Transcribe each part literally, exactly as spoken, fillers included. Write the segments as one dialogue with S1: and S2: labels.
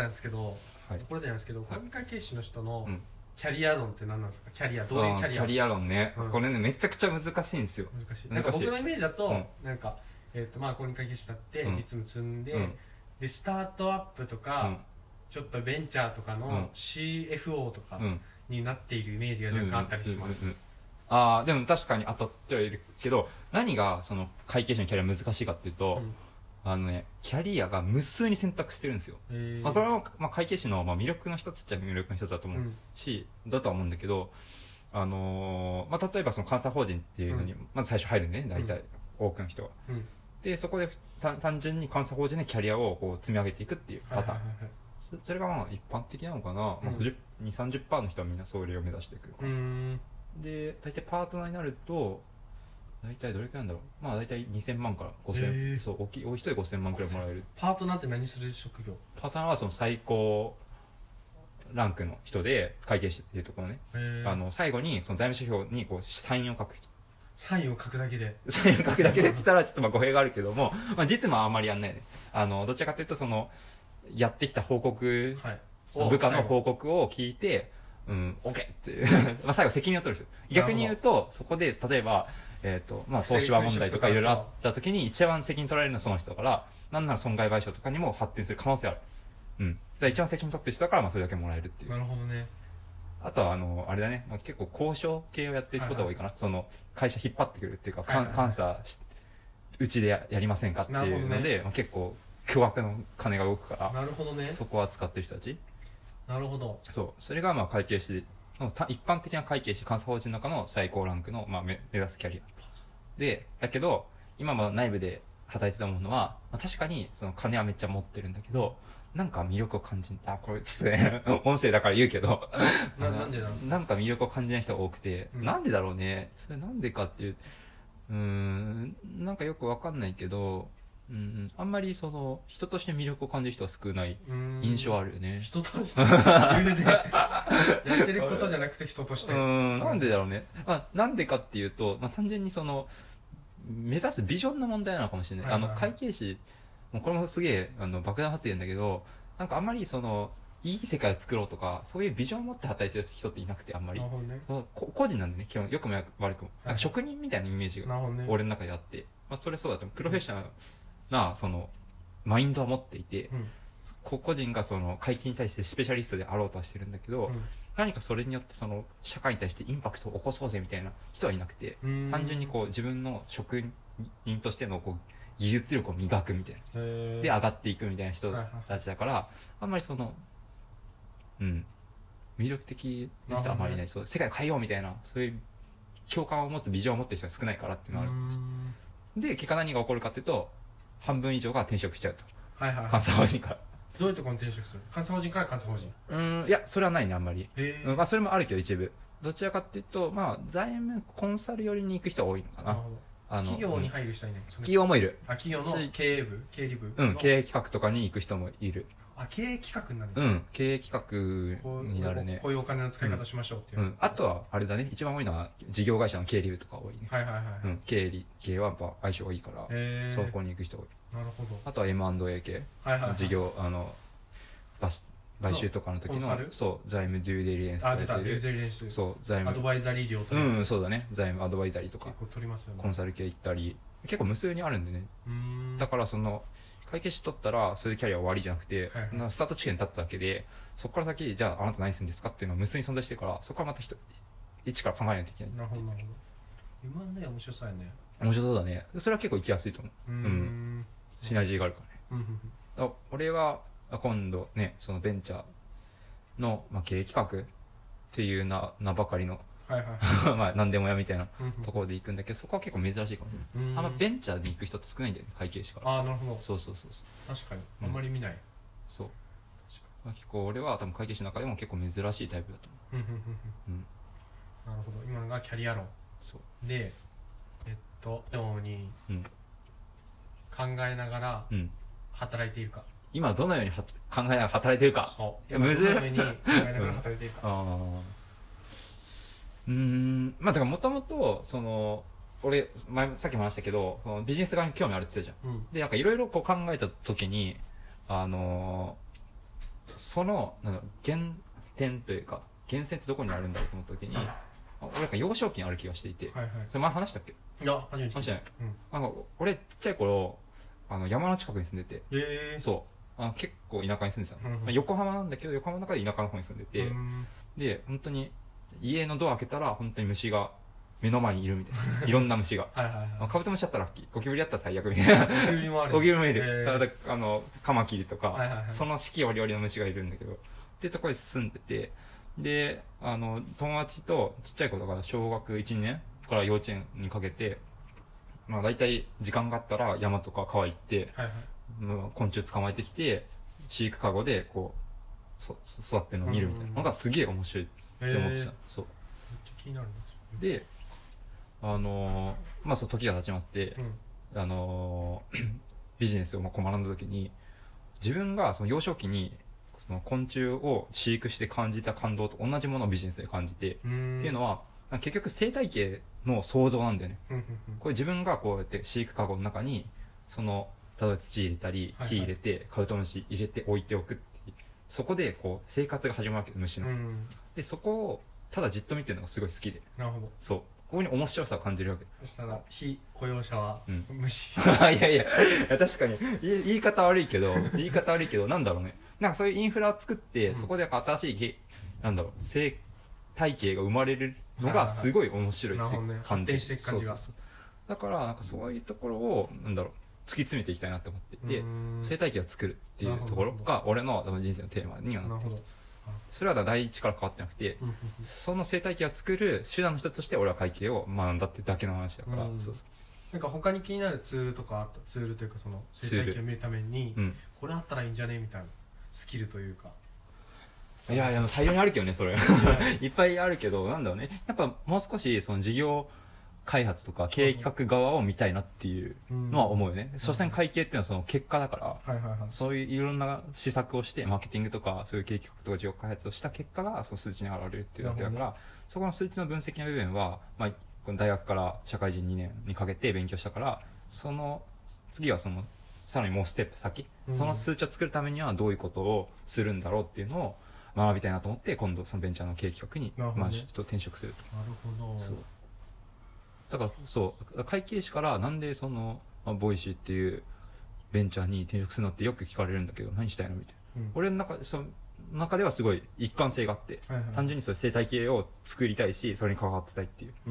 S1: なんですけど、
S2: はい、
S1: ところでなんですけど、
S2: はい、
S1: コミ会計士の人の
S2: うん
S1: キャリア論って何なんですか？キャリア、どういうキャリア？
S2: キャリア論ね、
S1: うん、
S2: これねめちゃくちゃ難しいんですよ。
S1: 難しい。なんか僕のイメージだと、うん、なんか、えーとまあ、公認会計士だって実務積んで、うん、でスタートアップとか、うん、ちょっとベンチャーとかの シーエフオー とかになっているイメージが若干あったりします。
S2: ああ、でも確かに当たってはいるけど、何がその会計士のキャリア難しいかっていうと、うん、あのね、キャリアが無数に選択してるんですよ。まあ、これは、まあ、会計士のまあ魅力の一つっちゃ魅力の一つだと思うし、うん、だとは思うんだけど、あのーまあ、例えばその監査法人っていうのに、うん、まず最初入るね、大体、うん、多くの人は、うん、でそこで単純に監査法人でキャリアをこう積み上げていくっていうパターン、はいはいはいはい、そ, それがまあ一般的なのかな、うん、まあ、にじゅう、さんじゅっパーセント の人はみんなそれを目指していく。うーんで大体パートナーになると大体どれくらいなんだろう、まあ大体にせんまんからごせん、そう大きい多い人でごせんまんくらいもらえる。
S1: パートナーって何する職業？
S2: パートナーはその最高ランクの人で会計士っていうところね、あの最後にその財務諸表にこうサインを書く人。
S1: サインを書くだけで
S2: サインを書くだけでって言ったらちょっとまあ語弊があるけども、まあ、実務はあんまりやんないね。あのどちらかというとそのやってきた報告、はい、その部下の報告を聞いて、うん、OK ってまあ最後責任を取る人。逆に言うとそこで例えば、えーとまあ、投資は問題とかいろいろあった時に一番責任取られるのはその人だから、なんなら損害賠償とかにも発展する可能性ある。うん。だから一番責任取ってる人だからまあそれだけもらえるっていう。
S1: なるほどね。
S2: あとはあのあれだね、まあ、結構交渉系をやっていくことが多いかな、はいはい、その会社引っ張ってくるっていうか、はいはいはい、監査しうちで や, やりませんかっていうので、ね、まあ、結構巨額の金が動くから、
S1: なるほどね、
S2: そこは使ってる人たち。
S1: なるほど。
S2: そうそれがまあ会計士の一般的な会計士監査法人の中の最高ランクの、まあ、目指すキャリアで、だけど今も内部で働いてたものは、まあ、確かにその金はめっちゃ持ってるんだけど、なんか魅力を感じん、あ、これちょっとね、音声だから言うけど
S1: な、なんでな
S2: なんか魅力を感じない人が多くて、うん、なんでだろうね。それなんでかっていう、うーん、なんかよくわかんないけど、うん、あんまりその人として魅力を感じる人は少ない印象あるよね。
S1: 人としてやってることじゃなくて人として。
S2: うん、なんでだろうね。まあ、なんでかっていうと、まあ、単純にその目指すビジョンの問題なのかもしれない。はいはいはい、あの会計士もうこれもすげえあの爆弾発言だけど、なんかあんまりそのいい世界を作ろうとかそういうビジョンを持って働いてる人っていなくて、あんまり、ね、個人なんでね、基本良くも悪くも、なんか職人みたいなイメージが俺の中であって、まあ、それそうだとプロフェッショナルなそのマインドは持っていて、うん、個人がその会計に対してスペシャリストであろうとはしてるんだけど、うん、何かそれによってその社会に対してインパクトを起こそうぜみたいな人はいなくて、単純にこう自分の職人としてのこう技術力を磨くみたいなで上がっていくみたいな人たちだから、はいはい、あんまりそのうん魅力的な人はあまりいない、そう世界を変えようみたいなそういう共感を持つビジョンを持ってる人が少ないからっていうのがある。で結果何が起こるかっていうと半分以上が転職しちゃうと、はいはいはい、監査法人から。
S1: どういうところに転職する？監査法人から監査法人？
S2: うん、いやそれはないね、あんまり、うん、まあ、それもあるけど一部どちらかっていうと、まあ、財務コンサル寄りに行く人が多いのかな。
S1: あの企業に入る人はいない、うん、
S2: 企業もいる。
S1: あ、企業の経営部、経理部、
S2: うん、経営企画とかに行く人もいる。
S1: あ、経営企画になる。
S2: うん、経営企画になるね。
S1: こういうお金の使い方しましょうっていう、
S2: うんうん、あとはあれだね、一番多いのは事業会社の経理部とか多いね。
S1: はいはいはい、
S2: うん、経理系はやっぱ相性がいいからそこに行く人多い。
S1: なるほど。
S2: あとは エムアンドエー 系、はいはいはい、事業あのバス買収とかの時のそう財務デューデリエンスとか
S1: 出てる。あ、出た、デューデリエンス。
S2: そう財務
S1: アドバイザリー料とか。
S2: うん、そうだね、財務アドバイザリーとか
S1: 結構取りますよね。
S2: コンサル系行ったり結構無数にあるんでね。うーん、だからその会計士取ったらそれでキャリア終わりじゃなくて、はいはい、スタート地点に立っただけでそこから先じゃああなた何するんですかっていうのは無数に存在してるから、そこからまた一から考えないといけない。
S1: なるほどなるほど。今ね面白そうやね。
S2: 面白そうだね。それは結構行きやすいと思う。うーん、うん、シナジーがあるからね。うん、俺は今度ねそのベンチャーの、まあ、経営企画っていう名名ばかりの、はいはい、まあ何でもやみたいなところで行くんだけど、そこは結構珍しいかもしれない。あんまベンチャーに行く人って少ないんだよね、会計士から。
S1: ああ、なるほど。
S2: そうそうそうそう。
S1: 確かにあんまり見ない、うん、
S2: そう、まあ、結構俺は多分会計士の中でも結構珍しいタイプだと思う。うん、
S1: なるほど。今のがキャリア論。そうで、えっとように考えながら働いているか、
S2: うん、今どのようには考えながら働いてるか。
S1: そうむずい。どのように考えながら働いているか。うん、あ
S2: うーん、まあだからもともとその俺前さっきも話したけどビジネス側に興味あるって言ってたじゃん、うん、でなんかいろいろこう考えた時にあのー、 そのなんだ原点というか源泉ってどこにあるんだろうと思った時に、俺なんか幼少期にある気がしていて、
S1: はいはい、
S2: それ前話したっけ？
S1: いや初めて
S2: 話してない、
S1: うん、
S2: なんか俺ちっちゃい頃あの山の近くに住んでて、
S1: えー、
S2: そうあの結構田舎に住んでたの、
S1: うんうん、
S2: まあ、横浜なんだけど横浜の中で田舎の方に住んでて、うん、で本当に家のドア開けたら本当に虫が目の前にいるみたいな、いろんな虫がはいはい、はい、まあ、カブトムシだったらラッキー、ゴキブリだったら最悪みたいな、ゴキブリもあるゴキブリもいる、えー、あのカマキリとか、はいはいはい、その四季折々の虫がいるんだけどっていうところに住んでて、であの友達とちっちゃい子だから小学いち、にねんから幼稚園にかけて、まあ、大体時間があったら山とか川行って、はいはい、昆虫捕まえてきて飼育カゴでこうそ育ってるのを見るみたいなのがすげえ面白いって思ってた、そう
S1: めっちゃ気になるんですよ
S2: であのー、まあそう時が経ちまして、うん、あのー、ビジネスを学んだ時に自分がその幼少期にその昆虫を飼育して感じた感動と同じものをビジネスで感じてっていうのは結局生態系の創造なんだよねこれ自分がこうやって飼育カゴの中にその例えば土入れたり木入れて、はいはい、カブトムシ入れて置いておくってそこでこう生活が始まるわけ虫のでそこをただじっと見てるのがすごい好きで
S1: なるほど
S2: そうここに面白さを感じるわけ
S1: そしたら非雇用者は虫、
S2: うん、いやいやいや確かに言い方悪いけど言い方悪いけどなんだろうねなんかそういうインフラを作って、うん、そこで新しいなんだろう生態系が生まれるのがすごい面白いって感じ、
S1: ね、していく感じが
S2: そうそうそうだからなんかそういうところをなんだろう突き詰めていきたいなと思っていて生態系を作るっていうところが俺の人生のテーマにはなっているそれは第一から変わってなくてその生態系を作る手段の一つとして俺は会計を学んだってだけの話だからそうそう
S1: なんか他に気になるツールとかあったツールというかその生態系を見るために、うん、これあったらいいんじゃねみたいなスキルというか
S2: いやいや大量にあるけどねそれいっぱいあるけどなんだろうねやっぱもう少しその事業開発とか経営企画側を見たいなっていうのは思うよね、うん、所詮会計っていうのはその結果だから、はいはいはい、そういういろんな施策をしてマーケティングとかそういう経営企画とか事業開発をした結果がその数値に現れるっていうだけだから、ね、そこの数値の分析の部分は、まあ、この大学から社会人にねんにかけて勉強したからその次はそのさらにもうステップ先、うん、その数値を作るためにはどういうことをするんだろうっていうのを学びたいなと思って今度そのベンチャーの経営企画に、ねまあ、と転職すると
S1: なるほど
S2: そうだからそう会計士からなんでその、まあ、ボイシーっていうベンチャーに転職するのってよく聞かれるんだけど何したいのみたいな、うん、俺の中その中ではすごい一貫性があって、はいはい、単純にそういう生態系を作りたいしそれに関わってたいっていう、うん、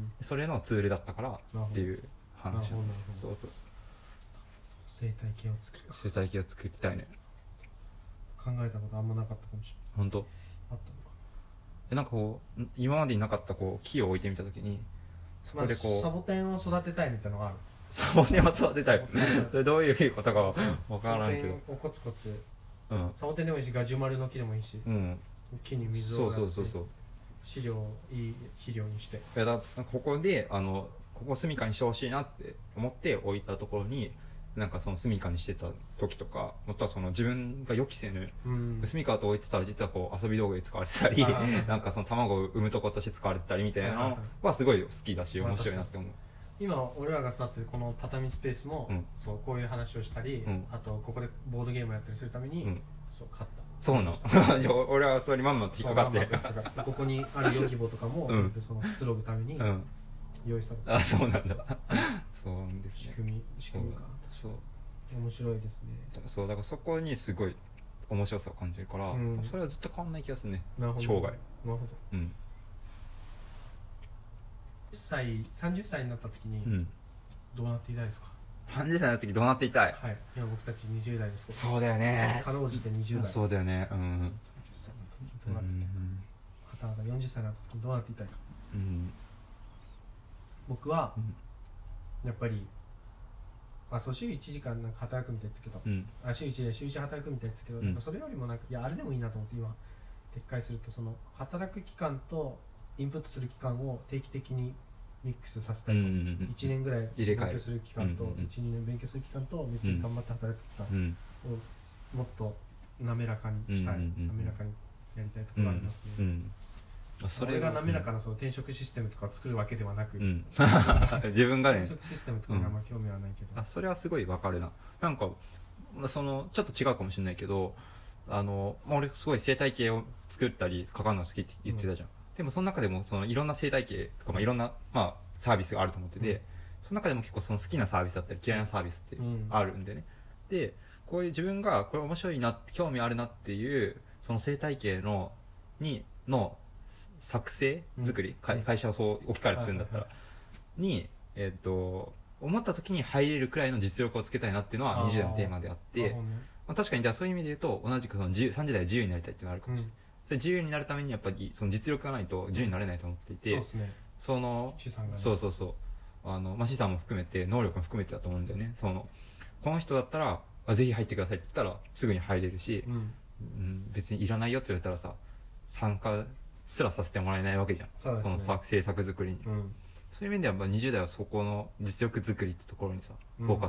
S2: それのツールだったからっていう話なんですよそうそうそう
S1: 生態系を作る
S2: 生態系を作りたいね
S1: 考えたことあんまなかったかもしれない
S2: 本当
S1: あったのか
S2: えなんかこう今までになかったこう木を置いてみたときにそこでこう、
S1: まあ、サボテンを育てたいみたいなのがある
S2: サボテンを育てたいそれどういうことか分からないけどサボテンを
S1: コツコツ、うん、サボテンでもいいしガジュマルの木でもいいし、うん、木に水をやってそうそうそうそう飼料いい肥料にしてい
S2: やだここであのここ住みかにしてほしいなって思って置いたところになんかその住みかにしてた時とかもっとはその自分が予期せぬ、うん、住みかと置いてたら実はこう遊び道具で使われてたりなんかその卵を産むとことして使われてたりみたいなのはすごい好きだし面白いなって思う
S1: 今俺らが座ってるこの畳スペースも、うん、そうこういう話をしたり、うん、あとここでボードゲームやったりするために、うん、そう買った
S2: そうなのじゃあ俺はそれにまんまと引っかかって
S1: ここにあるヨギボとかも、うん、そのくつろぐために用意されて、
S2: うん、あそうなんだそうですね
S1: 仕組み仕組みか
S2: そう
S1: 面白いですね
S2: そうだからそこにすごい面白さを感じるから、うん、それはずっと変わんない気がするね生涯なる
S1: ほど、うん、歳さんじゅっさいになった時にどうなっていたいですか、
S2: さんじゅっさいの時どうなっていたい、
S1: はい、今僕たちにじゅう代ですけど
S2: そうだよね
S1: かろうじてにじゅう代
S2: そうだよねうんは
S1: たまたよんじゅっさいになった時にどうなっていたいか、うん、僕は、うん、やっぱりあそう週いちじかんなんか働くみたいですけど、うん、あ週いちで週いち働くみたいですけど、うん、それよりもなんかいやあれでもいいなと思って今撤回するとその働く期間とインプットする期間を定期的にミックスさせたいと、うんうんうん、いちねんぐらい勉強する期間と、うんうんうん、いちにねん勉強する期間とめっちゃ頑張って働く期間をもっと滑らかにしたい、うんうんうん、滑らかにやりたいところがありますね、うんうんそれが滑らかなその転職システムとかを作るわけではなく、うん、
S2: 自分がね
S1: 転職システムとかにあんま興味はないけど、
S2: うん、あそれはすごい分かるななんかそのちょっと違うかもしれないけどあの、まあ、俺すごい生態系を作ったり関わるの好きって言ってたじゃん、うん、でもその中でもそのいろんな生態系とか、まあ、いろんな、まあ、サービスがあると思ってて、うん、その中でも結構その好きなサービスだったり嫌いなサービスってあるんでね、うん、でこういう自分がこれ面白いな興味あるなっていうその生態系のにの作成作り、うん、会社をそう置き換えるするんだったら、はいはいはい、に、えー、と思った時に入れるくらいの実力をつけたいなっていうのはにじゅう代のテーマであって、まあ、確かにじゃあそういう意味で言うと同じくその自由さんじゅう代は自由になりたいっていうのがあるかもしれない、うん、それ自由になるためにやっぱりその実力がないと自由になれないと思っていて、うん、そうですね、その資産がね、そうそうそうあの、まあ、資産も含めて能力も含めてだと思うんだよね。そのこの人だったらあぜひ入ってくださいって言ったらすぐに入れるし、うんうん、別にいらないよって言われたらさ参加すらさせてもらえないわけじゃん、 そ,、ね、そのさ制作作りに、うん、そういう面ではやっぱにじゅう代はそこの実力作りってところにさフォーカス